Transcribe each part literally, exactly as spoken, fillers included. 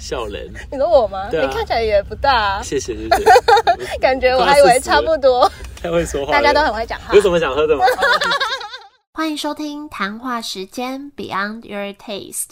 笑人。 你说我吗？啊、你看起来也不大啊。 谢谢谢谢。 感觉我还以为差不多。 太会说话了， 大家都很会讲话。 有什么想喝的吗？ 欢迎收听谈话时间 Beyond Your Taste。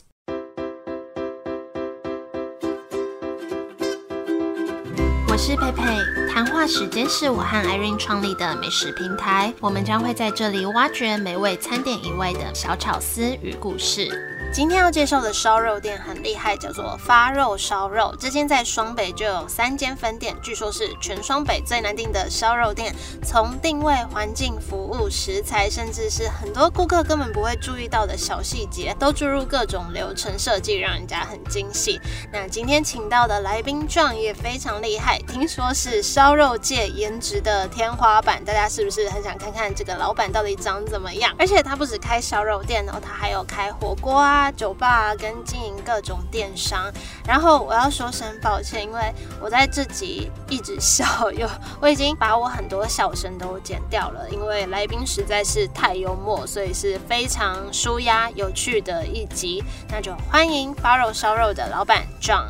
我是佩佩，谈话时间是我和 Irene 创立的美食平台，我们将会在这里挖掘美味餐点以外的小巧思与故事。今天要介绍的烧肉店很厉害，叫做发肉烧肉。这间在双北就有三间分店，据说是全双北最难订的烧肉店。从定位、环境、服务、食材，甚至是很多顾客根本不会注意到的小细节，都注入各种流程设计，让人家很惊喜。那今天请到的来宾John也非常厉害，听说是烧肉界颜值的天花板，大家是不是很想看看这个老板到底长怎么样？而且他不只开烧肉店哦，他还有开火锅啊、酒吧啊，跟经营各种电商。然后我要说声抱歉，因为我在这集一直笑，有我已经把我很多笑声都剪掉了，因为来宾实在是太幽默，所以是非常舒压有趣的一集。那就欢迎发肉烧肉的老板 John。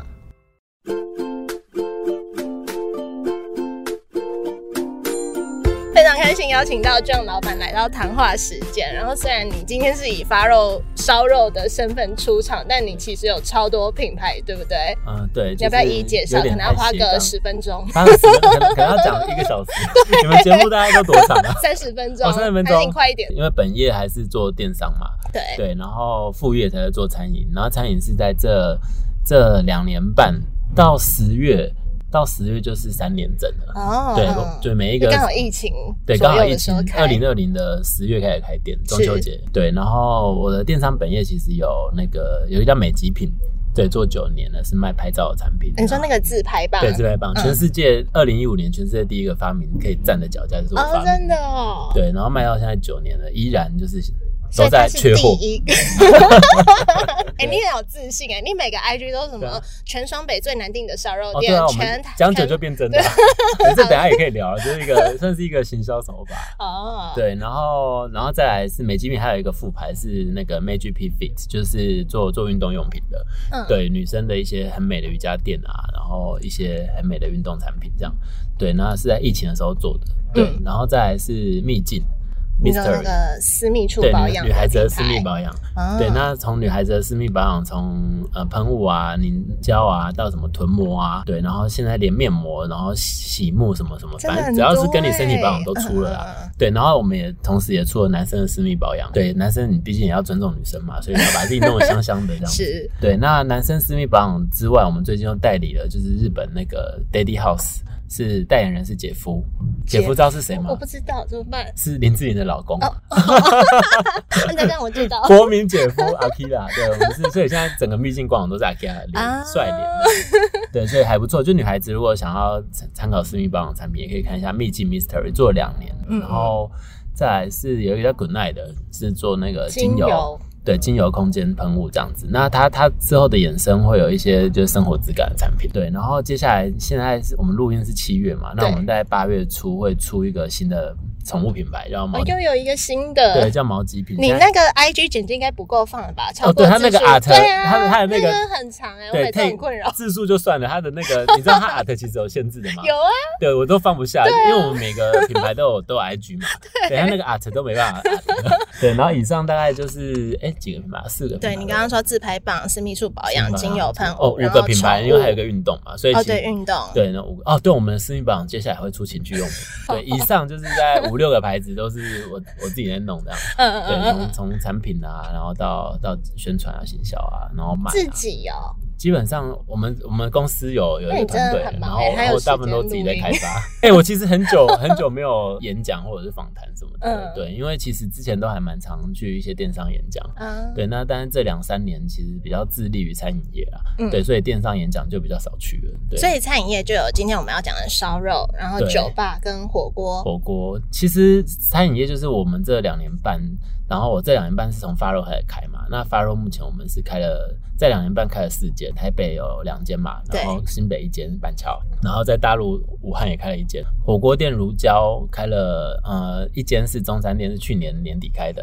非常开心邀请到 John 老板来到谈话时间。然后虽然你今天是以发肉烧肉的身份出场，但你其实有超多品牌，对不对？ 嗯，对。 你要不要一一介绍？可能要花个十分钟。 可能可能要讲一个小时。你们节目大概都多长啊？ 三十分钟。 哦，三十分钟。 还是你快一点。 因为本业还是做电商嘛。 对。对， 然后副业才在做餐饮，然后餐饮是在这这两年半到十月。到十月就是三年整了哦，对，就每一个刚好疫情， 对，刚好疫情，二零二零的十月开始开店，中秋节，对。然后我的电商本业其实有那个有一家美极品，对，做九年了，是卖拍照的产品。 你说那个自拍棒？ 对，自拍棒，嗯、全世界二零一五年全世界第一个发明可以站的脚架就是我发明的， 哦，真的哦。 对，然后卖到现在九年了，依然就是。都在缺货。 哎、欸，你很有自信哎、欸！你每个 I G 都是什么全双北最难订的烧肉店， 哦、 全讲久就变真的、啊。这等一下也可以聊，就是一个算是一个行销手法。哦，对，然后然后再来是美极品，还有一个副牌是那个 Magic P Fit， 就是做做运动用品的。嗯，对，女生的一些很美的瑜伽垫啊，然后一些很美的运动产品这样。对，那是在疫情的时候做的。对，嗯、然后再来是秘境。 你说那个私密处保养， 对，女孩子的私密保养，哦、对，那从女孩子的私密保养，从呃喷雾啊、凝胶啊，到什么臀膜啊，对，然后现在连面膜，然后洗沐什么什么，反正只要是跟你身体保养都出了啦。嗯、对，然后我们也同时也出了男生的私密保养，对，男生你毕竟也要尊重女生嘛，所以你要把自己弄得香香的这样子。是，对，那男生私密保养之外，我们最近又代理了，就是日本那个 Daddy House。是代言人是姐夫，姐夫知道是谁吗？ 我不知道，怎么办？ 是林志玲的老公。哦， 那这样我知道。 国民姐夫阿 Kira， 对，我们是，所以现在整个秘境广场都是阿 Kira 的脸，帅脸的。对，所以还不错。就女孩子如果想要参考私密保养产品，也可以看一下秘境 Mystery， 做了两年，嗯、然后再来是有一个叫 Good Night 的，是做那个精油。精油对，精油空间喷雾这样子，那它它之后的衍生会有一些就是生活质感的产品，对，然后接下来现在是我们录音是七月嘛，那我们在八月初会出一个新的宠物品牌，叫毛， 又有一个新的， 对，叫毛极品。 你那个 I G 简介应该不够放了吧？超哦，对，它那个 art， 对啊， 它它的那个很长哎、欸，我每次很困扰。 字数就算了，它的那个你知道它 art 其实有限制的吗？ 有啊， 对我都放不下，啊、因为我们每个品牌都有都有 I G 嘛，对，它那个 art 都没办法 art。对，然后以上大概就是哎几个品牌，四个。 对，你刚刚说自拍棒、私密处保养、精油喷雾， 哦，五个品牌，因为还有一个运动嘛，所以哦对运动， 对，那五个哦，对，我们的私密保养接下来会出情趣用品，对，以上就是在五六个牌子都是我我自己在弄这样，嗯嗯对，从从产品啊，然后到到宣传啊、行销啊，然后买、啊、 自己哦。 基本上我们我们公司有有一个团队，然后然后大部分都自己在开发。哎、欸，我其实很久很久没有演讲或者是访谈什么的，嗯、对，因为其实之前都还蛮常去一些电商演讲，嗯、对，那但是这两三年其实比较致力于餐饮业啦，嗯、对，所以电商演讲就比较少去了。对， 所以餐饮业就有今天我们要讲的烧肉，然后酒吧跟火锅。 火锅其实餐饮业就是我们这两年半。然后我这两年半是从发肉开始开嘛，那发肉目前我们是开了，在两年半开了四间，台北有两间嘛，然后新北一间板桥，然后在大陆武汉也开了一间，火锅店如胶开了呃一间是中山店，是去年年底开的，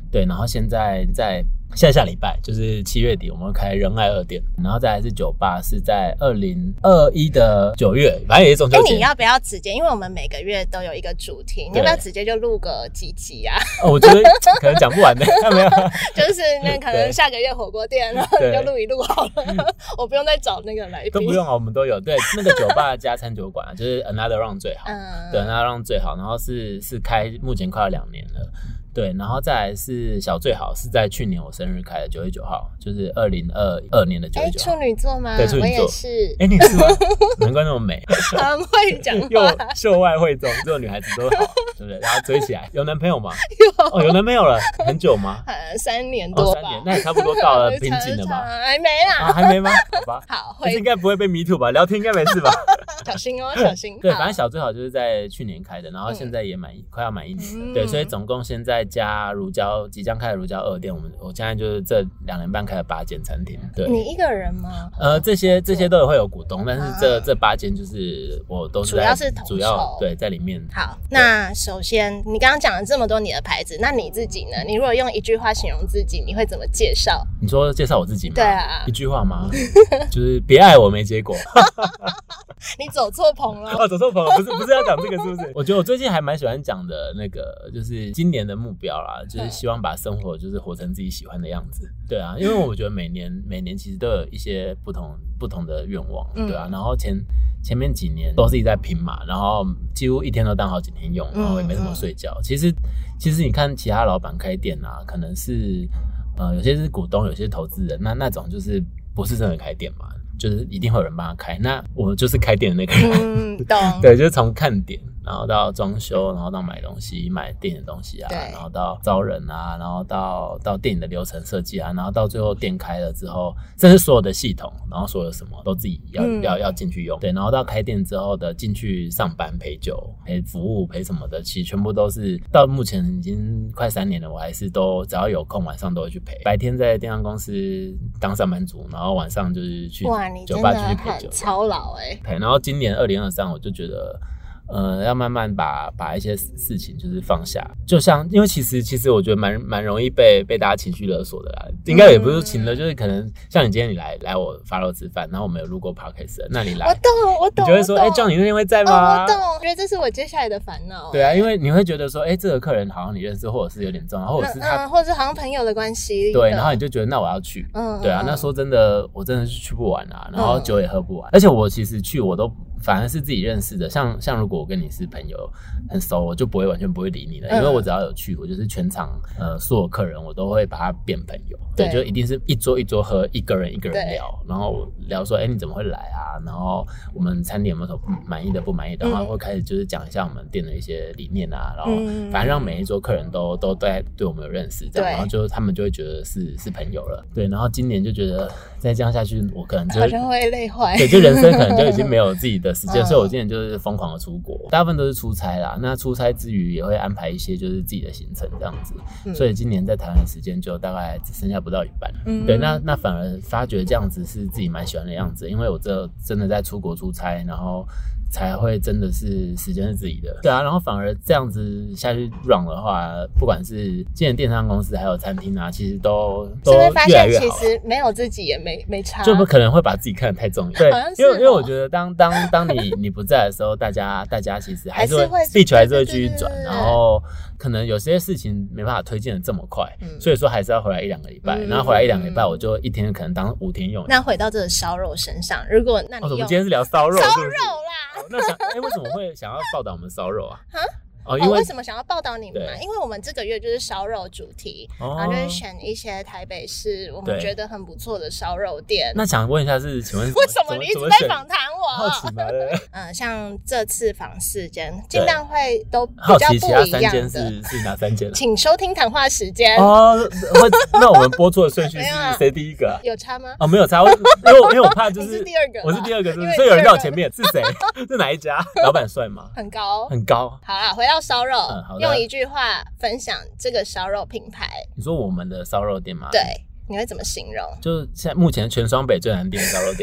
对，然后现在在下下礼拜就是七月底我们会开仁爱二店，然后再来是酒吧是在二零二一的九月，反正也是中秋节。 你要不要直接，因为我们每个月都有一个主题，你要不要直接就录个几集啊？ 哦，我觉得可能讲不完的，没有， 就是那可能下个月火锅店，然后你就录一录好了，我不用再找那个来宾， 都不用啊，我们都有。对，那个酒吧加餐酒馆就是 Another Round 最好，嗯，对 Another Round 最好，然后是是开目前快要两年了。对，然后再来是小最好，是在去年我生日开的九月九号，就是二零二二年的九月九号。 哎，处女座吗？ 对，处女座。 我也是。 哎，你是吗？难怪那么美， 很会讲话， 又秀外慧中，这种女孩子都好，对不对？然后追起来，有男朋友吗？ 有。 哦，有男朋友了，很久吗？ 呃，三年多吧。 哦，三年，那也差不多到了瓶颈了吧？ 还没啦， 啊，还没吗？好吧。 好， 会应该不会被迷途吧？聊天应该没事吧？ 小心哦，小心。 对，反正小最好就是在去年开的，然后现在也满一快要满一年了。对，所以总共现在加乳胶。即将开的乳胶二店，我们我现在就是这两年半开了八间餐厅。对， 你一个人吗？ 呃，这些这些都会有股东，但是这、啊、这八间就是我都是在主要是统筹， 主要对在里面。 好，那首先你刚刚讲了这么多你的牌子，那你自己呢？你如果用一句话形容自己，你会怎么介绍？ 你说介绍我自己吗？ 对啊， 一句话吗？就是别爱我没结果。 你走错棚了。 哦，走错棚了，不是不是要讲这个，是不是？我觉得我最近还蛮喜欢讲的那个，就是今年的目标啦，就是希望把生活就是活成自己喜欢的样子。对啊，因为我觉得每年每年其实都有一些不同不同的愿望，对啊。然后前前面几年都是一直在拼嘛，然后几乎一天都当好几天用，然后也没怎么睡觉。其实其实你看其他老板开店啊，可能是呃有些是股东，有些投资人，那那种就是不是真的开店嘛。就是一定会有人帮他开，那我就是开店的那个人， 嗯，懂。 对，就是从看点，然后到装修，然后到买东西，买店的东西啊，然后到招人啊，然后到到店里的流程设计啊，然后到最后店开了之后，甚至所有的系统，然后所有什么都自己要、嗯、要要进去用，对，然后到开店之后的进去上班陪酒、陪服务、陪什么的，其实全部都是到目前已经快三年了，我还是都只要有空晚上都会去陪，白天在电商公司当上班族，然后晚上就是去。 你真的很操劳哎、欸， 对，然后今年二零二三，我就觉得，呃，要慢慢把把一些事情就是放下，就像因为其实其实我觉得蛮蛮容易被被大家情绪勒索的啦，应该也不是情勒，就是可能像你今天你来来我发楼吃饭，然后我们有录过 podcast， 那你来， 我懂我懂， 你就会说，哎 ，John 你那天会在吗？ 哦、我懂，我觉得这是我接下来的烦恼、欸。 对啊，因为你会觉得说，哎，这个客人好像你认识，或者是有点重要，或者是他， 嗯、或者是好像朋友的关系， 对，然后你就觉得那我要去，嗯，对啊，那说真的，我真的是去不完啊，然后酒也喝不完，嗯、而且我其实去我都。反而是自己认识的，像像如果我跟你是朋友很熟，我就不会完全不会理你了，因为我只要有去，我就是全场呃所有客人我都会把他变朋友，对，就一定是一桌一桌喝，一个人一个人聊，然后聊说，哎、欸，你怎么会来啊？然后我们餐点有没有什么满意的、不满意的，然后会开始就是讲一下我们店的一些理念啊，然后反正让每一桌客人都都对对我们有认识，这样，然后就他们就会觉得是是朋友了，对，然后今年就觉得再这样下去，我可能就好像会累坏， 对，就人生可能就已经没有自己的时间，所以我今年就是疯狂的出国，大部分都是出差啦。那出差之余也会安排一些就是自己的行程这样子，嗯、所以今年在台湾的时间就大概只剩下不到一半。嗯、对，那那反而发觉这样子是自己蛮喜欢的样子，因为我这真的在出国出差，然后才会真的是时间是自己的，对啊，然后反而这样子下去 run 的话，不管是今年电商公司还有餐厅啊，其实都都越来越好。是不是发现其实没有自己也没没差， 就不可能会把自己看得太重要。对，因为因为我觉得当当当你你不在的时候，大家大家其实还是会地球还是会继续转，然后可能有些事情没办法推进的这么快，嗯、所以说还是要回来一两个礼拜，嗯、然后回来一两个礼拜，我就一天可能当五天用。 那回到这个烧肉身上，如果那你用、 哦、我们今天是聊烧肉， 烧肉啦。 是不是哦、那想哎、欸，为什么会想要报道我们烧肉啊？ 哦，因为、哦、为什么想要报道你们嘛？因为我们这个月就是烧肉主题，哦、然后就是选一些台北市我们觉得很不错的烧肉店。 那想问一下是，请问为什么你一直在访谈我？ 好奇吗？ 嗯，像这次访四间，尽量会都比较不一样的。 其他三间是是哪三间？ 请收听谈话时间哦。那我们播出的顺序是谁第一个、啊？ 有差吗？ 哦，没有差，因为因为我怕就是你是第二个， 我是第二个，是不是？所以有人在我前面是谁？是哪一家？老板帅吗？ 很高， 很高。 好啦，回到烧肉。 嗯，好的。 用一句话分享这个烧肉品牌。 你说我们的烧肉店吗？ 对，你会怎么形容？ 就是现在目前全双北最难订的烧肉店啊。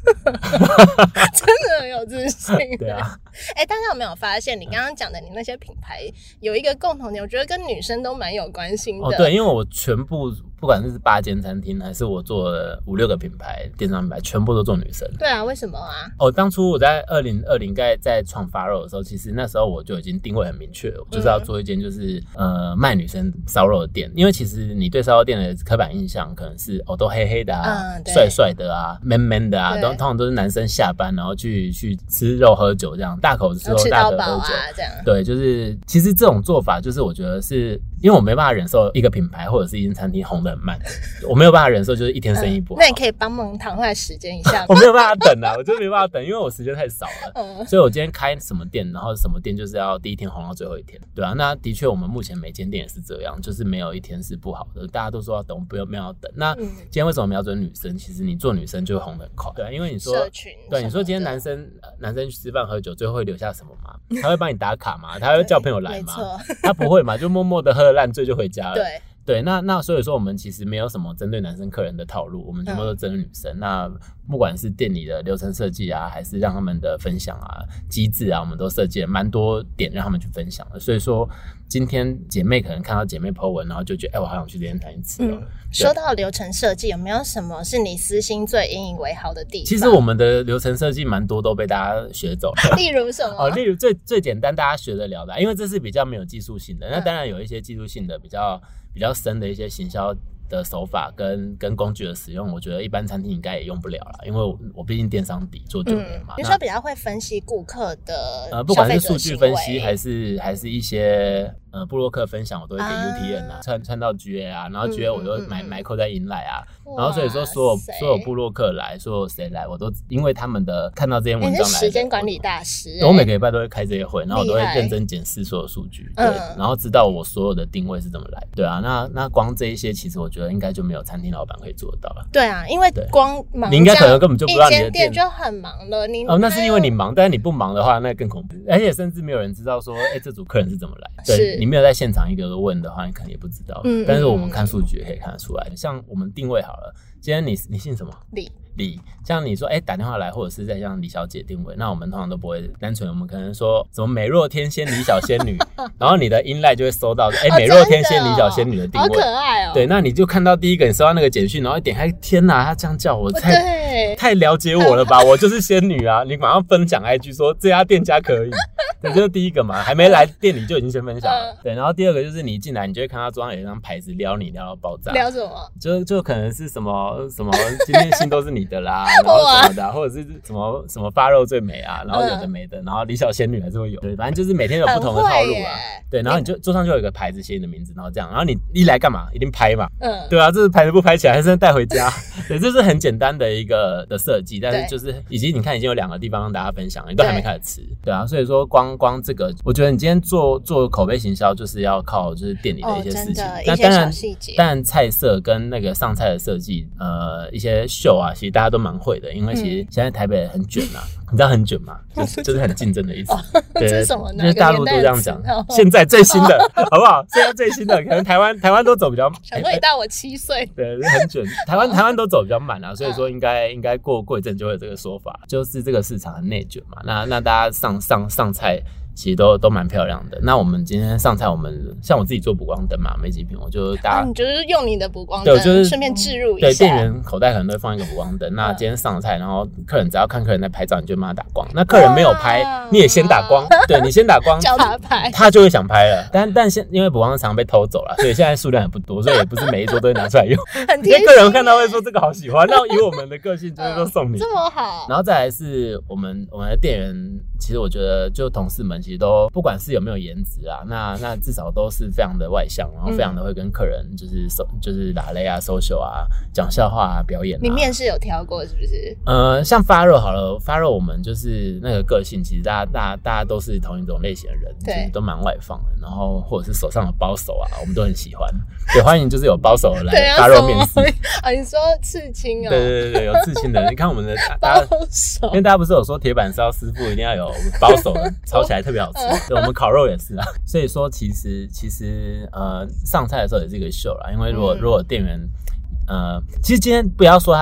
真的很有自信。 对啊， 哎、欸，大家有没有发现，你刚刚讲的你那些品牌有一个共同点，我觉得跟女生都蛮有关系的。 哦，对，因为我全部不管是八间餐厅，还是我做了五六个品牌电商品牌，全部都做女生。 对啊，为什么啊？ 哦，当初我在二零二零在在创发肉的时候，其实那时候我就已经定位很明确了，就是要做一间就是呃卖女生烧肉的店。因为其实你对烧肉店的刻板印象可能是哦都黑黑的啊，帅帅、嗯、的啊 ，man man 的啊，都通常都是男生下班然后去去吃肉喝酒这样，大口吃肉大口喝酒、 啊、这样。 对，就是其实这种做法，就是我觉得是因为我没办法忍受一个品牌或者是一间餐厅红得很慢，我没有办法忍受就是一天生意不好。嗯、 那你可以帮忙谈话时间一下吗？ 我没有办法等啊，我真的没办法等，因为我时间太少了。嗯、所以我今天开什么店，然后什么店就是要第一天红到最后一天，对啊。那的确，我们目前每间店也是这样，就是没有一天是不好的。大家都说要等，不用没有要等。那今天为什么瞄准女生？其实你做女生就会红得很快，对啊，因为你说社群， 对，你说今天男生男生去吃饭喝酒，最后会留下什么吗？他会帮你打卡吗？他会叫朋友来吗？他不会嘛，就默默的喝了烂醉就回家了。 对。 对，那那所以说我们其实没有什么针对男生客人的套路，我们全部都针对女生。嗯、那不管是店里的流程设计啊，还是让他们的分享啊、机制啊，我们都设计了蛮多点让他们去分享的。所以说，今天姐妹可能看到姐妹 po 文，然后就觉得，哎、欸，我好想去这间餐厅吃哦。嗯、 说到流程设计，有没有什么是你私心最引以为豪的地方？ 其实我们的流程设计蛮多都被大家学走了。 例如什么？ 哦，例如最最简单大家学得了的，因为这是比较没有技术性的。那当然有一些技术性的比较。比较深的一些行销的手法跟跟工具的使用，我觉得一般餐厅应该也用不了啦，因为我我毕竟电商底做九年嘛。 比如说比较会分析顾客的呃，不管是数据分析还是还是一些呃部落客分享，我都会给 U T N 啊，串串到 G A 啊，然后 G A 我就买、嗯、买扣在 inline 啊，然后所以说所有所有部落客来，所有谁来，我都因为他们的看到这篇文章来的， 你是时间管理大师、欸， 我每个礼拜都会开这些会，然后我都会认真检视所有数据，对、嗯，然后知道我所有的定位是怎么来，对啊，那那光这一些，其实我觉得应该就没有餐厅老板可以做得到了。 对啊，因为光忙， 你应该可能根本就不知道你的店就很忙了。你哦，那是因为你忙，但是你不忙的话，那更恐怖。而且甚至没有人知道说，哎、欸，这组客人是怎么来。对，你没有在现场一个个问的话，你可能也不知道。嗯，但是我们看数据也可以看得出来。像我们定位好了，今天你你姓什么？ 李。 李，像你说，哎、欸，打电话来，或者是在像李小姐定位，那我们通常都不会单纯，我们可能说什么美若天仙李小仙女，然后你的 inline 就会收到，哎、欸，美若天仙李小仙女的定位， 好可爱哦。 对，那你就看到第一个，你收到那个简讯，然后一点开，天哪，他这样叫我，太太了解我了吧？我就是仙女啊！你马上分享 I G 说这家店家可以，对，这是第一个嘛，还没来店里就已经先分享了。对，然后第二个就是你一进来，你就会看到桌上有一张牌子撩你撩到爆炸， 撩什么？ 就就可能是什么什么今天信都是你的啦，然后什么的、啊，或者是什么什么发肉最美啊，然后有的没的，然后李小仙女还是会有，对，反正就是每天有不同的套路啊，对，然后你就桌上就有一个牌子写你的名字，然后这样，然后你一来干嘛？一定拍嘛，嗯，对啊，这是牌子不拍起来还是带回家，对，这是很简单的一个的设计，但是就是以及你看已经有两个地方让大家分享了，你都还没开始吃，对啊，所以说光光这个，我觉得你今天做做口碑行销就是要靠就是店里的一些事情，那、哦、当然当然菜色跟那个上菜的设计，呃，一些秀啊，其实大家都蛮会的。因为其实现在台北很卷啊，嗯、你知道很卷吗？就是就是很竞争的意思。哦、对，这是什么呢？因为大陆都这样讲。现在最新的，好不好？现在最新的，可能台湾台湾都走比较， 想说你大我七岁。 对，很卷。台湾台湾都走比较慢啊，所以说应该应该过过一阵就会有这个说法，就是这个市场很内卷嘛。那那大家上上上菜。其实都都蛮漂亮的。那我们今天上菜，我们像我自己做补光灯嘛，没几瓶，我就大家、 啊、你就是用你的补光灯，对，就是顺便置入一下。 对，店员口袋可能都会放一个补光灯。那今天上菜，然后客人只要看客人在拍照，你就帮他打光。那客人没有拍，你也先打光。对，你先打光， 叫他拍， 他就会想拍了。但但现因为补光灯常常被偷走了，所以现在数量也不多，所以也不是每一桌都会拿出来用。 很贴心。 因为客人看到会说这个好喜欢，那以我们的个性就是说送你、 嗯、这么好。 然后再来是我们我们的店员，其实我觉得就同事们其实都不管是有没有颜值啊，那那至少都是非常的外向，然后非常的会跟客人就是手、嗯、就是打雷啊、social 啊、讲笑话啊、表演啊。 你面试有挑过是不是？ 呃，像发肉好了，发肉我们就是那个个性，其实大家大家大家都是同一种类型的人，对，就是都蛮外放的，然后或者是手上有包手啊，我们都很喜欢。对，欢迎就是有包手来发肉面试啊。你说刺青啊？ 对对对对，有刺青的。你看我们的包手，因为大家不是有说铁板烧师傅一定要有包手的，炒起来特别好吃。对，我们烤肉也是啊。所以说，其实其实呃，上菜的时候也是一个秀啦。因为如果、嗯、如果店员呃，其实今天不要说他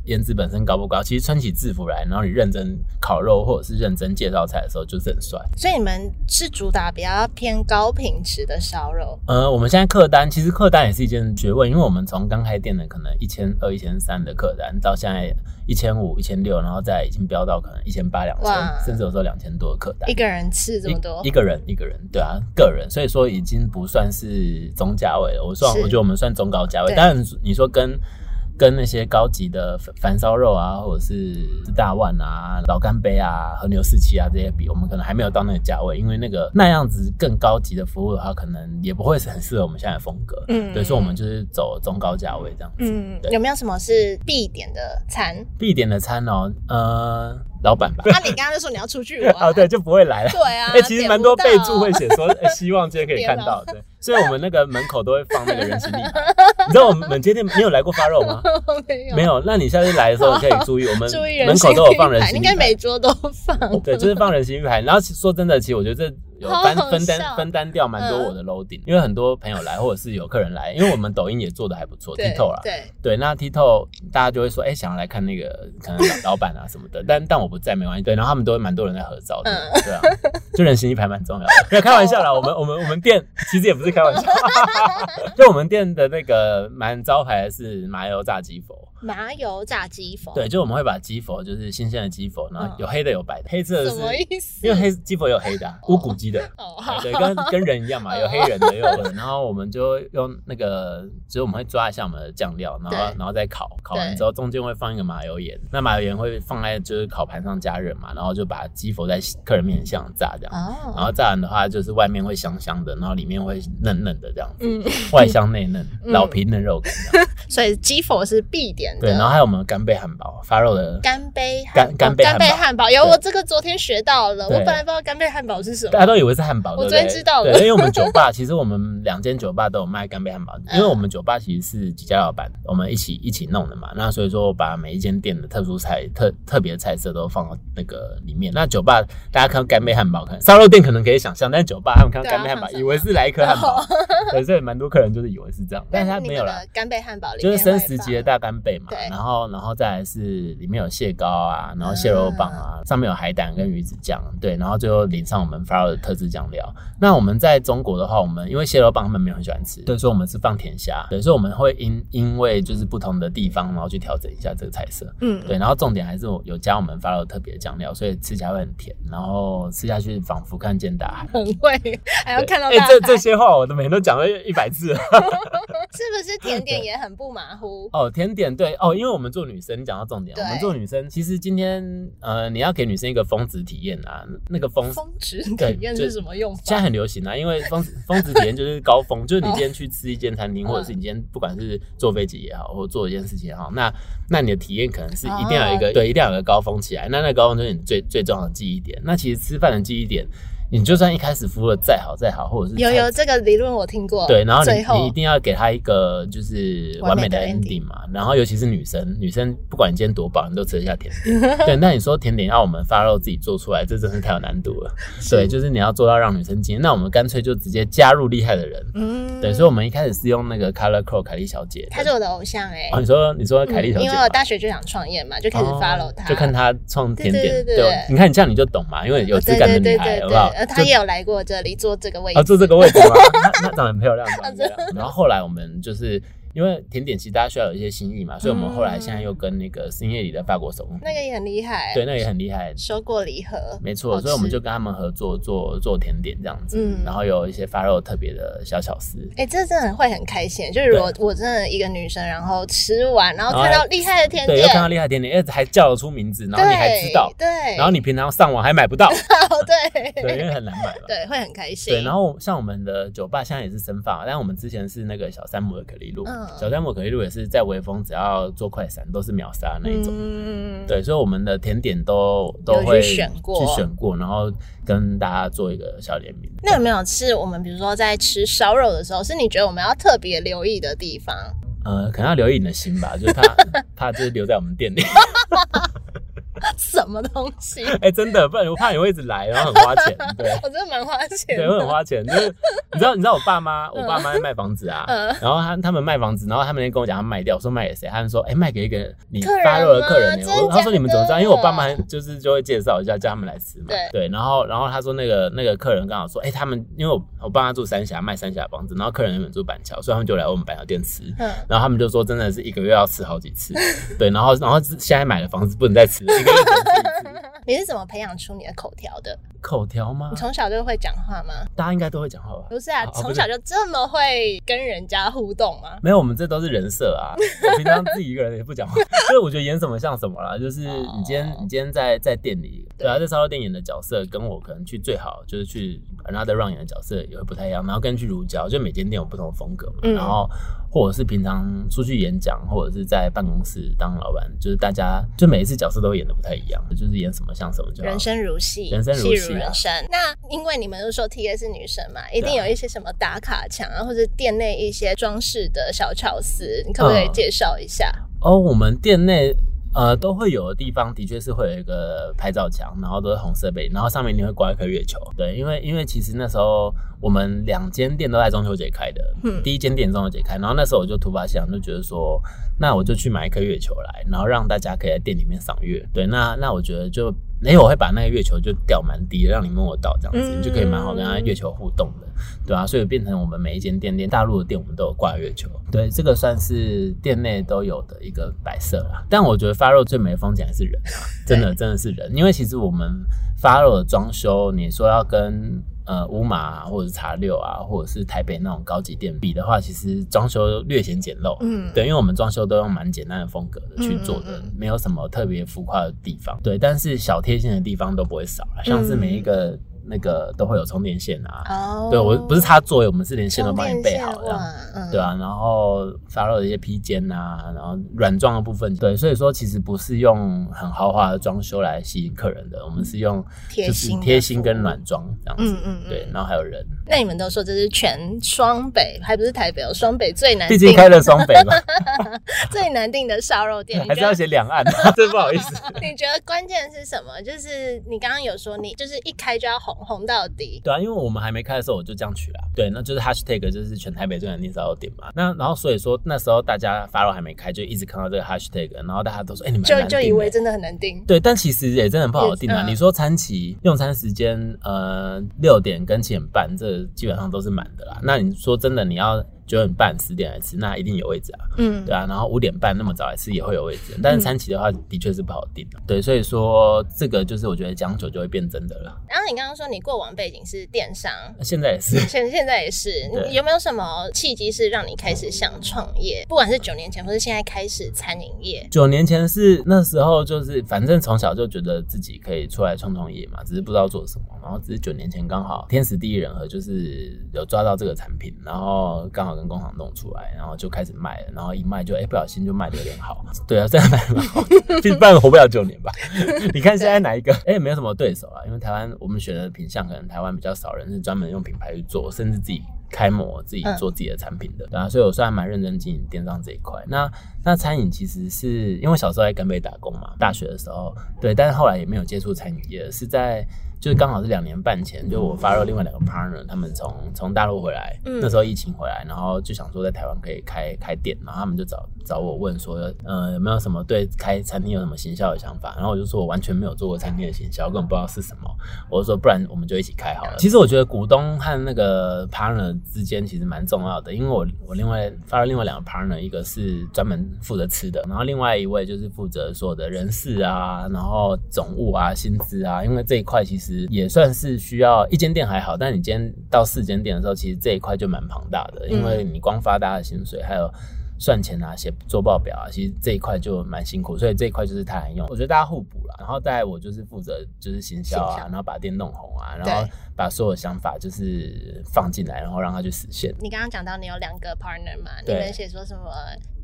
颜值本身高不高，其实穿起制服来，然后你认真烤肉或者是认真介绍菜的时候，就是很帅。 所以你们是主打比较偏高品质的烧肉？ 呃，我们现在客单其实客单也是一件学问，因为我们从刚开店的可能一千二、一千三的客单，到现在一千五、一千六，然后再已经飙到可能一千八、两千，甚至有时候两千多的客单。 一个人吃这么多？ 一, 一个人一个人，对啊，个人，所以说已经不算是中价位了。我算，我觉得我们算中高价位。当然，你说跟跟那些高级的焚烧肉啊，或者是大腕啊、老干杯啊、和牛四七啊这些比，我们可能还没有到那个价位，因为那个那样子更高级的服务的话，可能也不会是很适合我们现在的风格。嗯，对，所以我们就是走中高价位这样子。嗯， 有没有什么是必点的餐？ 必点的餐哦，呃。老板吧， 那、啊、你刚刚就说你要出去玩哦，对，就不会来了。 对啊， 哎、欸，其实蛮多备注会写说，哎、欸，希望今天可以看到，对，所以我们那个门口都会放那个人形立牌。你知道我们本街店没有来过发肉吗？ 没有， 没有。那你下次来的时候可以注意，我们门口都有放人形立牌， 应该每桌都放。 对，就是放人形立牌。然后说真的，其实我觉得这。有分分担分担掉蛮多我的 loading，、嗯、因为很多朋友来或者是有客人来，因为我们抖音也做的还不错 ，TikTok 啦， 对对，那 TikTok 大家就会说，哎、欸，想要来看那个可能老老板啊什么的，但但我不在没关系，对，然后他们都会蛮多人在合照的，嗯、对啊，就人形一排蛮重要的，没有开玩笑啦，我们我们我们店其实也不是开玩笑，就我们店的那个蛮招牌的是麻油炸鸡佛。 麻油炸鸡佛， 对，就我们会把鸡佛，就是新鲜的鸡佛，然后有黑的有白的，黑色的是什么意思？ 因为黑鸡佛有黑的、啊，乌骨鸡的， 哦， 对，跟跟人一样嘛，有黑人的，也有人。然后我们就用那个，就是我们会抓一下我们的酱料，然后然后再烤，烤完之后中间会放一个麻油盐，那麻油盐会放在就是烤盘上加热嘛，然后就把鸡佛在客人面前上炸这样，哦、然后炸完的话就是外面会香香的，然后里面会嫩嫩的这样子，嗯、外香内嫩，嗯、老皮嫩肉感这样。 所以鸡佛是必点的， 对，然后还有我们干贝汉堡，发肉的干贝干干贝干贝汉堡，有我这个昨天学到了，我本来不知道干贝汉堡是什么， 大家都以为是汉堡， 我昨天知道了， 对，因为我们酒吧其实我们两间酒吧都有卖干贝汉堡，因为我们酒吧其实是几家老板我们一起一起弄的嘛，那所以说我把每一间店的特殊菜特特别的菜色都放到那个里面。那酒吧大家看到干贝汉堡，可能烧肉店可能可以想象，但是酒吧他们看到干贝汉堡，以为是来一颗汉堡，对，所以蛮多客人就是以为是这样，但是他没有啦， 干贝汉堡里面就是生食级的大干贝嘛，然后然后再来是里面有蟹膏啊，然后蟹肉棒啊，嗯、上面有海胆跟鱼子酱，对，然后最后淋上我们发肉的特制酱料。那我们在中国的话，我们因为蟹肉棒他们没有很喜欢吃，对，所以我们是放甜虾，对，所以我们会因因为就是不同的地方，然后去调整一下这个菜色，嗯，对，然后重点还是有加我们发肉特别的酱料，所以吃起来会很甜，然后吃下去仿佛看见大海， 很会，还要看到大海。 哎、欸，这这些话我都每天都讲了一百次了， 是不是甜点也很不马虎？ 哦，甜点对哦，因为我们做女生，你讲到重点，我们做女生，其实今天呃，你要给女生一个峰值体验啊，那个峰峰值体验是什么用法？ 现在很流行啊，因为峰峰值体验就是高峰，就是你今天去吃一间餐厅，或者是你今天不管是坐飞机也好，或者做一件事情也好，那那你的体验可能是一定要有一个、哦、对，一定要有一个高峰起来，那那个高峰就是你最最重要的记忆点。那其实吃饭的记忆点。你就算一开始服务的再好再好，或者是有有这个理论我听过， 对，然后 你, 你一定要给他一个就是完美的 ending 嘛，然后尤其是女生，女生不管你今天多饱，你都吃得下甜点，对，那你说甜点要我们发肉自己做出来，这真是太有难度了，对，就是你要做到让女生惊艳，那我们干脆就直接加入厉害的人，嗯，对，所以我们一开始是用那个 Color Crow 凯莉小姐， 她是我的偶像哎、欸哦，你说你说凯莉小姐、嗯， 因为我大学就想创业嘛，就开始 follow 她、哦， 就看她创甜点， 对对对 对, 对， 你看你这样你就懂嘛，因为有质感的女孩，好不好？ 她也有来过这里坐这个位置， 啊，坐这个位置吗？那那长得很漂亮，长得很漂亮。然后后来我们就是因为甜点其实大家需要有一些新意嘛，所以我们后来现在又跟那个深夜里的法国手工， 那个也很厉害， 对，那个也很厉害， 收过礼盒， 没错，所以我们就跟他们合作做做甜点这样子，嗯，然后有一些发肉特别的小巧思， 哎、欸，这真的会很开心。就是如果我真的一个女生，然后吃完，然后看到厉害的甜点， 对，又看到厉害的甜点，哎，还叫得出名字，然后你还知道， 对， 然后你平常上网还买不到， 对， 对，因为很难买嘛， 对，会很开心。 对，然后像我们的酒吧现在也是生发，但我们之前是那个小山姆的可丽露，嗯，小山姆可丽露也是在微风，只要做快闪都是秒杀那一种，嗯，对，所以我们的甜点都都会去选过， 去选过，然后跟大家做一个小联名。 那有没有是我们比如说在吃烧肉的时候，是你觉得我们要特别留意的地方？ 呃，可能要留意你的心吧，就是怕怕就是留在我们店里。 什么东西？ 哎、欸，真的，不然我怕你会一直来，然后很花钱。对， 我真的蛮花钱的。 对，会很花钱。就是你知道，你知道我爸妈，我爸妈在卖房子啊，嗯、然后他他们卖房子，然后他们那天跟我讲他卖掉，我说卖给谁？他们说，哎、欸，卖给一个你发肉的客人、欸。我他说你们怎么知道？因为我爸妈就是就会介绍一下，叫他们来吃嘛。对对，然后然后他说那个那个客人刚好说，哎、欸，他们因为我我爸妈住三峡，卖三峡房子，然后客人原本住板桥，所以他们就来我们板桥店吃。嗯、然后他们就说，真的是一个月要吃好几次。对，然后然后现在买的房子不能再吃，一个月只能吃一次。 你是怎么培养出你的口条的？ 口条吗？ 你从小就会讲话吗？ 大家应该都会讲话吧？ 不是啊，从小就这么会跟人家互动吗？ 没有，我们这都是人设啊。我平常自己一个人也不讲话，所以我觉得演什么像什么啦。就是你今天、哦、你今天在在店里，对啊，在烧肉店演的角色，跟我可能去最好就是去 Another Round 演的角色也会不太一样。然后跟去如胶，就每间店有不同的风格嘛。嗯、然后或者是平常出去演讲，或者是在办公室当老板，就是大家就每一次角色都演的不太一样，就是演什么像什么就好。 人生如戏， 人生如戏、啊， 戏如人生。那因为你们都说 T A 是女生嘛，一定有一些什么打卡墙啊，或者店内一些装饰的小巧思，你可不可以介绍一下？ 嗯、哦，我们店内呃都会有的地方，的确是会有一个拍照墙，然后都是红色背，然后上面一定会挂一颗月球。对，因为因为其实那时候我们两间店都在中秋节开的，嗯，第一间店中秋节开，然后那时候我就突发奇想，就觉得说，那我就去买一颗月球来，然后让大家可以在店里面赏月。对，那那我觉得就。因为我会把那个月球就吊蛮低的，让你摸得到这样子，你、嗯、就可以蛮好跟他月球互动的，对啊，所以变成我们每一间店，连大陆的店我们都有挂月球，对，这个算是店内都有的一个摆设啦。但我觉得发肉最美的风景还是人啊，真的真的是人，因为其实我们发肉的装修，你说要跟呃乌马、啊、或者是茶六啊，或者是台北那种高级店比的话，其实装修略显简陋，嗯，对，因为我们装修都用蛮简单的风格的去做的，嗯嗯嗯，没有什么特别浮夸的地方，对，但是小贴心的地方都不会少啦，像是每一个、嗯那个都会有充电线啊，哦，对，我不是插座位，我们是连线都帮你备好这样，嗯、对啊，然后发肉的一些披肩啊，然后软装的部分，对，所以说其实不是用很豪华的装修来吸引客人的，我们是用就是贴心跟软装这样子，嗯嗯嗯，对，然后还有人。 那你们都说这是全双北，还不是台北哦，双北最难订，毕竟开了双北嘛， 最难订的烧肉店， 还是要写两岸，真不好意思。 你觉得关键是什么？就是你刚刚有说你就是一开就要红。红到底， 对啊，因为我们还没开的时候我就这样取啦，对，那就是 hashtag 就是全台北最难订烧肉店嘛。那然后所以说那时候大家发肉还没开，就一直看到这个 hashtag， 然后大家都说，哎、欸，你们很难订、欸、 就就以为真的很难订， 对，但其实也真的很不好订啊。嗯、你说餐期用餐时间，呃，六点跟七点半，这基本上都是满的啦。那你说真的，你要九点半、十点来吃，那一定有位置啊，嗯，对啊。然后五点半那么早来吃也会有位置，但是餐期的话，的确是不好订的，对，所以说这个就是我觉得讲久就会变真的了。 然后你刚刚说你过往背景是电商， 现在也是， 现现在也是，有没有什么契机是让你开始想创业？不管是九年前或是现在开始餐饮业。 九年前是那时候就是反正从小就觉得自己可以出来创创业嘛，只是不知道做什么。然后只是九年前刚好天时地利人和，就是有抓到这个产品，然后刚好跟工厂弄出来，然后就开始卖了，然后一卖就哎、欸、不小心就卖得有点好，对啊，现在卖得蛮好，不然活不了九年吧。你看现在哪一个？哎、欸，没有什么对手啊，因为台湾我们选的品项可能台湾比较少人是专门用品牌去做，甚至自己开模自己做自己的产品的，对啊，所以我虽然蛮认真经营电商这一块。那那餐饮其实是因为小时候在干杯打工嘛，大学的时候，对，但是后来也没有接触餐饮业，是在就是刚好是两年半前，就我发了另外两个 partner， 他们从从大陆回来、嗯，那时候疫情回来，然后就想说在台湾可以开开店，然后他们就找找我问说，呃，有没有什么对开餐厅有什么行销的想法？然后我就说我完全没有做过餐厅的行销，根本不知道是什么。我就说不然我们就一起开好了。其实我觉得股东和那个 partner 之间其实蛮重要的，因为我我另外发了另外两个 partner， 一个是专门负责吃的，然后另外一位就是负责所有的人事啊，然后总务啊、薪资啊，因为这一块其实也算是需要一间店还好，但你今天到四间店的时候，其实这一块就蛮庞大的，因为你光发大家的薪水，还有算钱啊、写做报表啊，其实这一块就蛮辛苦，所以这一块就是他很用。我觉得大家互补啦，然后再来我就是负责就是行销啊，然后把店弄红啊，然后把所有想法就是放进来，然后让他去实现。 你刚刚讲到你有两个 partner 嘛，你们写说什么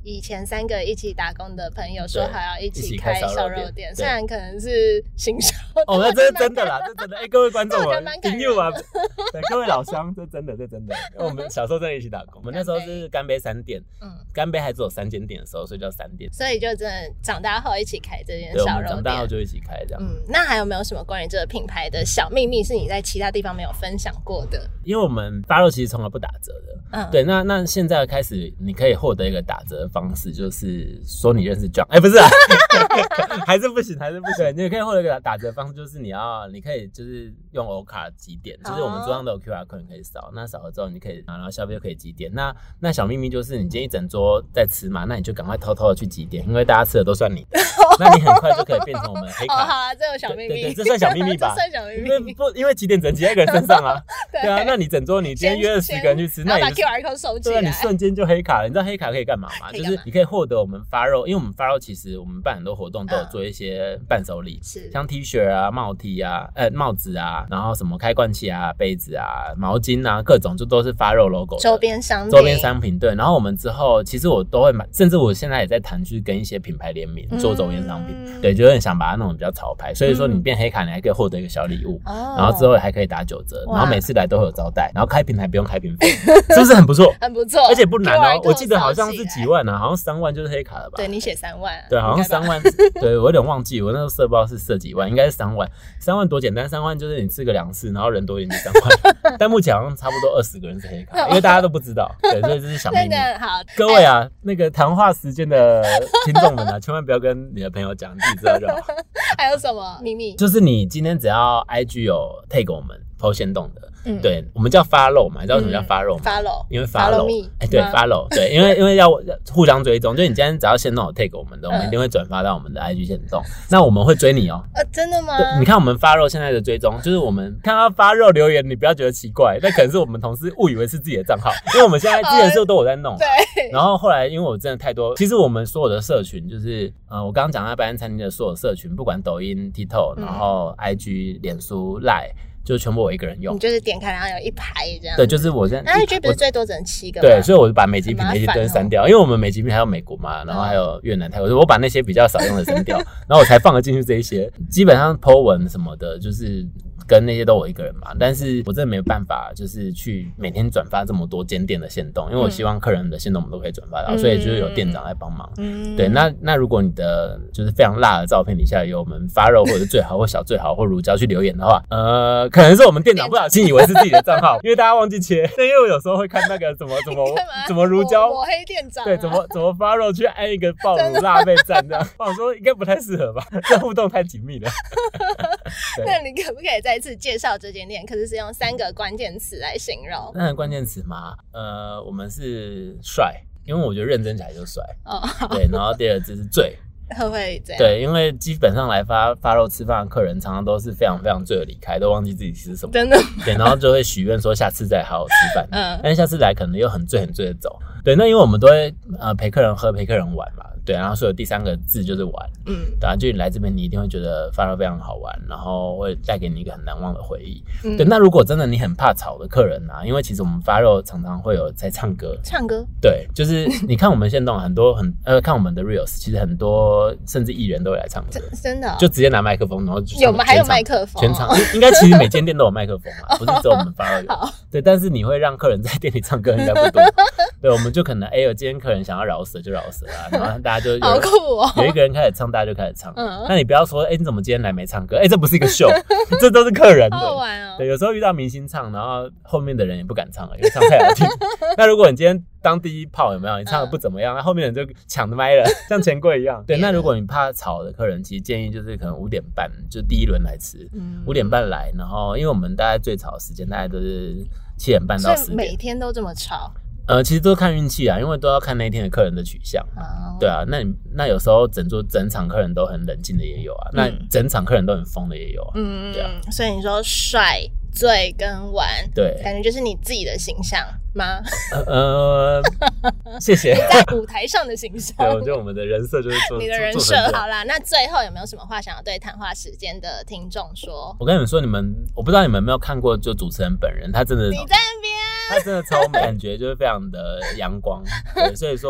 以前三个一起打工的朋友说好要一起开烧肉店，虽然可能是行销哦，那这是真的啦，这真的。哎、欸，各位观众们，朋友啊，对，各位老乡，这真的，这真的。因为我们小时候真的一起打工，我们那时候是干杯三店，嗯，干杯还只有三间店的时候，所以叫三店。 所以就真的长大后一起开这间烧肉店。对，我们长大后就一起开这样。 嗯，那还有没有什么关于这个品牌的小秘密是你在其他地方没有分享过的？ 因为我们发肉其实从来不打折的，嗯，对。那那现在开始，你可以获得一个打折的方式，就是说你认识 John， 哎、欸，不是啊，还是不行，还是不行。你可以获得一个打折的方式，就是你要，你可以就是用欧卡集点，就是我们桌上都有 Q R code 你可以扫，那扫了之后你可以，然后消费就可以集点。那那小秘密就是，你今天一整桌在吃嘛，那你就赶快偷偷的去集点，因为大家吃的都算你的，那你很快就可以变成我们黑卡。 哦，好啊，这有小秘密， 对 对, 对，这算小秘密吧？ 这算小秘密， 因为不，因为集点只能集在一个人身上啊。对, 对啊，那你整桌你今天约了十个人去吃，那你把 Q R code 收起来， 对，你瞬间就黑卡了。你知道黑卡可以干嘛吗？就是你可以获得我们发肉，因为我们发肉其实我们办很多活动都有做一些伴手礼，嗯、像 T 恤啊、帽 T 啊、呃帽子啊，然后什么开罐器啊、杯子啊、毛巾啊，各种就都是发肉 logo 的周边商品。 周边商品对，然后我们之后其实我都会买，甚至我现在也在谈去跟一些品牌联名做周边商品，嗯、对，就很想把它弄得比较潮牌。所以说你变黑卡，你还可以获得一个小礼物，嗯、然后之后还可以打九折，然后每次来都会有招待，然后开平台不用开平费，是不是很不错？ 很不错， 而且不难哦。我记得好像是几万啊，好像三万就是黑卡了吧？ 对，你写三万、啊， 对，好像三万。对，我有点忘记，我那时候设包是设几万，应该是三万。三万多简单，三万就是你吃个两次，然后人多一点就三万。但目前好像差不多二十个人是黑卡，因为大家都不知道。对，所以这是小秘密。 好， 各位啊，那个谈话时间的听众们啊，千万不要跟你的朋友讲，你自己知道就好。 还有什么秘密？ 就是你今天只要 I G 有 tag 我们 po 限动的。嗯，对，我们叫 follow 嘛，你知道为什么叫 follow 吗？ follow， 因为 follow， 哎、欸，对 follow， 对，因为因为要互相追踪，就你今天只要限动有 take 我们的，我们一定会转发到我们的 I G 限动，那我们会追你哦、喔。 呃，真的吗？ 对，你看我们发肉现在的追踪，就是我们看到发肉留言，你不要觉得奇怪，那可能是我们同事误以为是自己的账号，因为我们现在之前的时候都有在弄， 对。 然后后来因为我真的太多，其实我们所有的社群就是，呃，我刚刚讲到白安餐厅的所有社群，不管抖音、TikTok， 然后 I G、脸书、Line。就全部我一个人用， 你就是点开然后有一排这样。 对，就是我现在。 那 I G 不是最多只能七个吗？ 对，所以我就把美极品那些都删掉，因为我们美极品还有美国嘛，然后还有越南、泰国，我把那些比较少用的删掉，然后我才放得进去这一些。基本上 po 文什么的，就是跟那些都我一个人嘛，但是我真的没有办法，就是去每天转发这么多间店的限动，因为我希望客人的限动我们都可以转发到，嗯、所以就是有店长来帮忙。嗯，对，那那如果你的就是非常辣的照片底下有我们发肉或者最好或小最好或乳胶去留言的话，呃，可能是我们店长不小心以为是自己的账号，因为大家忘记切。因为我有时候会看那个怎么怎么怎么乳胶抹黑店长、啊， 对，怎么怎么发肉去按一个爆乳辣被赞这样，我说应该不太适合吧，这互动太紧密了。 那你可不可以再次介绍这间店？可是是用三个关键词来形容。 那关键词吗？呃，我们是帅，因为我觉得认真起来就帅。哦，对，然后第二字是醉。 会不会这样？ 对，因为基本上来发发肉吃饭的客人，常常都是非常非常醉的离开，都忘记自己吃什么。 真的。 对，然后就会许愿说下次再好好吃饭。嗯。但是下次来可能又很醉很醉的走。对，那因为我们都会呃陪客人喝陪客人玩嘛。对，然后所以第三个字就是玩，嗯，对啊，就你来这边，你一定会觉得发肉非常好玩，然后会带给你一个很难忘的回忆。嗯，对，那如果真的你很怕吵的客人啊，因为其实我们发肉常常会有在唱歌， 唱歌， 对，就是你看我们现动很多很呃看我们的 reels， 其实很多甚至艺人都会来唱歌， 真的、哦， 就直接拿麦克风，然后就有吗？还有麦克风、哦， 全场应该其实每间店都有麦克风啊，不是只有我们发肉有。对，但是你会让客人在店里唱歌应该不多。对，我们就可能哎、欸，今天客人想要饶舌就饶舌啊，然后大家就有好酷哦， 有一个人开始唱，大家就开始唱。嗯，那你不要说，哎、欸，你怎么今天来没唱歌？哎、欸，这不是一个秀，这都是客人的。 好好玩哦。 对，有时候遇到明星唱，然后后面的人也不敢唱了，因为唱太好听。那如果你今天当第一炮有没有？你唱的不怎么样，那、嗯、后面的人就抢着麦了，像钱柜一样。对，那如果你怕吵的客人，其实建议就是可能五点半就第一轮来吃，五、嗯、点半来，然后因为我们大概最吵的时间大概都是七点半到十点， 每天都这么吵。 呃，其实都看运气啊，因为都要看那一天的客人的取向嘛。Oh. 对啊，那你那有时候整桌整场客人都很冷静的也有啊，嗯、那整场客人都很疯的也有啊。嗯，对啊。 所以你说帅、醉跟玩， 对， 感觉就是你自己的形象吗？ 呃，谢谢。 你在舞台上的形象。 对，我觉得我们的人设就是做你的人设。好啦，那最后有没有什么话想要对谈话时间的听众说？ 我跟你们说，你们我不知道你们有没有看过，就主持人本人，他真的你在那边。 他真的超美，感觉就是非常的阳光，对，所以说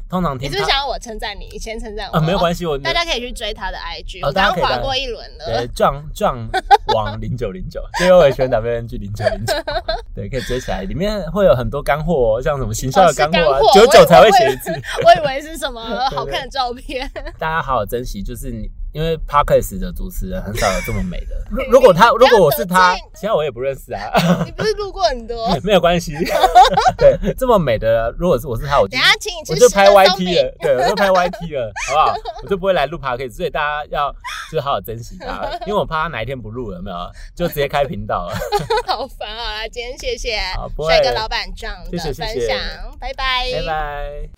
通常听你是不是想要我称赞你？你先称赞我啊，没有关系，我大家可以去追他的 I G，、 哦、 我刚刚滑过一轮了。 对，撞撞网零九零九，最后我也选 W N G 零九零九，对，可以追起来，里面会有很多干货哦，像什么行销的干货啊，久久、哦、才会写一次。 我以为是什么好看的照片。对对， 大家好好珍惜，就是你。因为 Podcast 的主持人很少有这么美的。如果他，如果我是他，其他我也不认识啊。 你不是路过很多？ 没有关系。对，这么美的，如果是我是他，我就等一下请你吃我就拍 Y T 了，对，我就拍 Y T 了，好不好？我就不会来录 Podcast， 所以大家要就是好好珍惜他，因为我怕他哪一天不录了，有没有？就直接开频道了。 好烦啊！今天谢谢帅哥老板长的分享， 谢谢谢谢拜拜， 拜拜。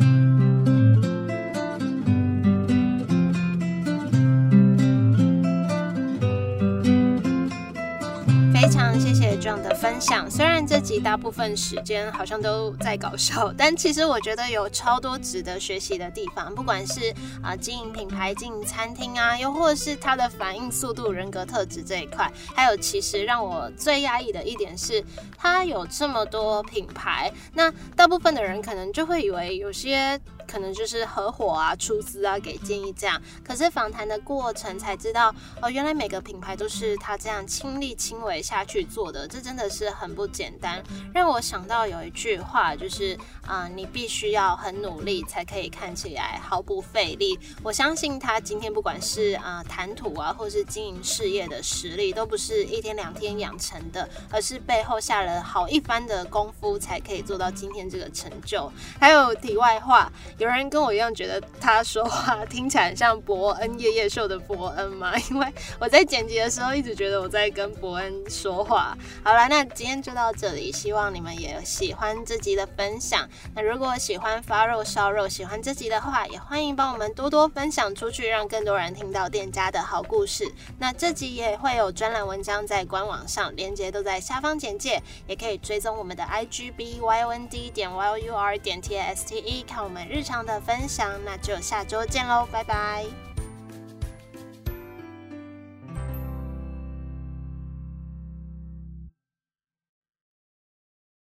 非常谢谢 John 的分享，虽然这集大部分时间好像都在搞笑，但其实我觉得有超多值得学习的地方，不管是、呃、经营品牌、经营餐厅啊，又或是他的反应速度、人格特质这一块，还有其实让我最压抑的一点是，他有这么多品牌，那大部分的人可能就会以为有些可能就是合伙啊、出资啊给建议这样，可是访谈的过程才知道，哦，原来每个品牌都是他这样亲力亲为下去做的，这真的是很不简单。让我想到有一句话，就是啊、呃，你必须要很努力才可以看起来毫不费力。我相信他今天不管是啊谈吐啊，或是经营事业的实力，都不是一天两天养成的，而是背后下了好一番的功夫才可以做到今天这个成就。还有题外话，有人跟我一样觉得他说话听起来很像伯恩夜夜秀的伯恩吗？因为我在剪辑的时候一直觉得我在跟伯恩说话。好了，那今天就到这里，希望你们也喜欢这集的分享。那如果喜欢发肉烧肉，喜欢这集的话，也欢迎帮我们多多分享出去，让更多人听到店家的好故事。那这集也会有专栏文章在官网上，连结都在下方简介，也可以追踪我们的 I G B Y O N D 点 Y O U R 点 T A S T E 看我们日常的分享。那就下周见喽，拜拜。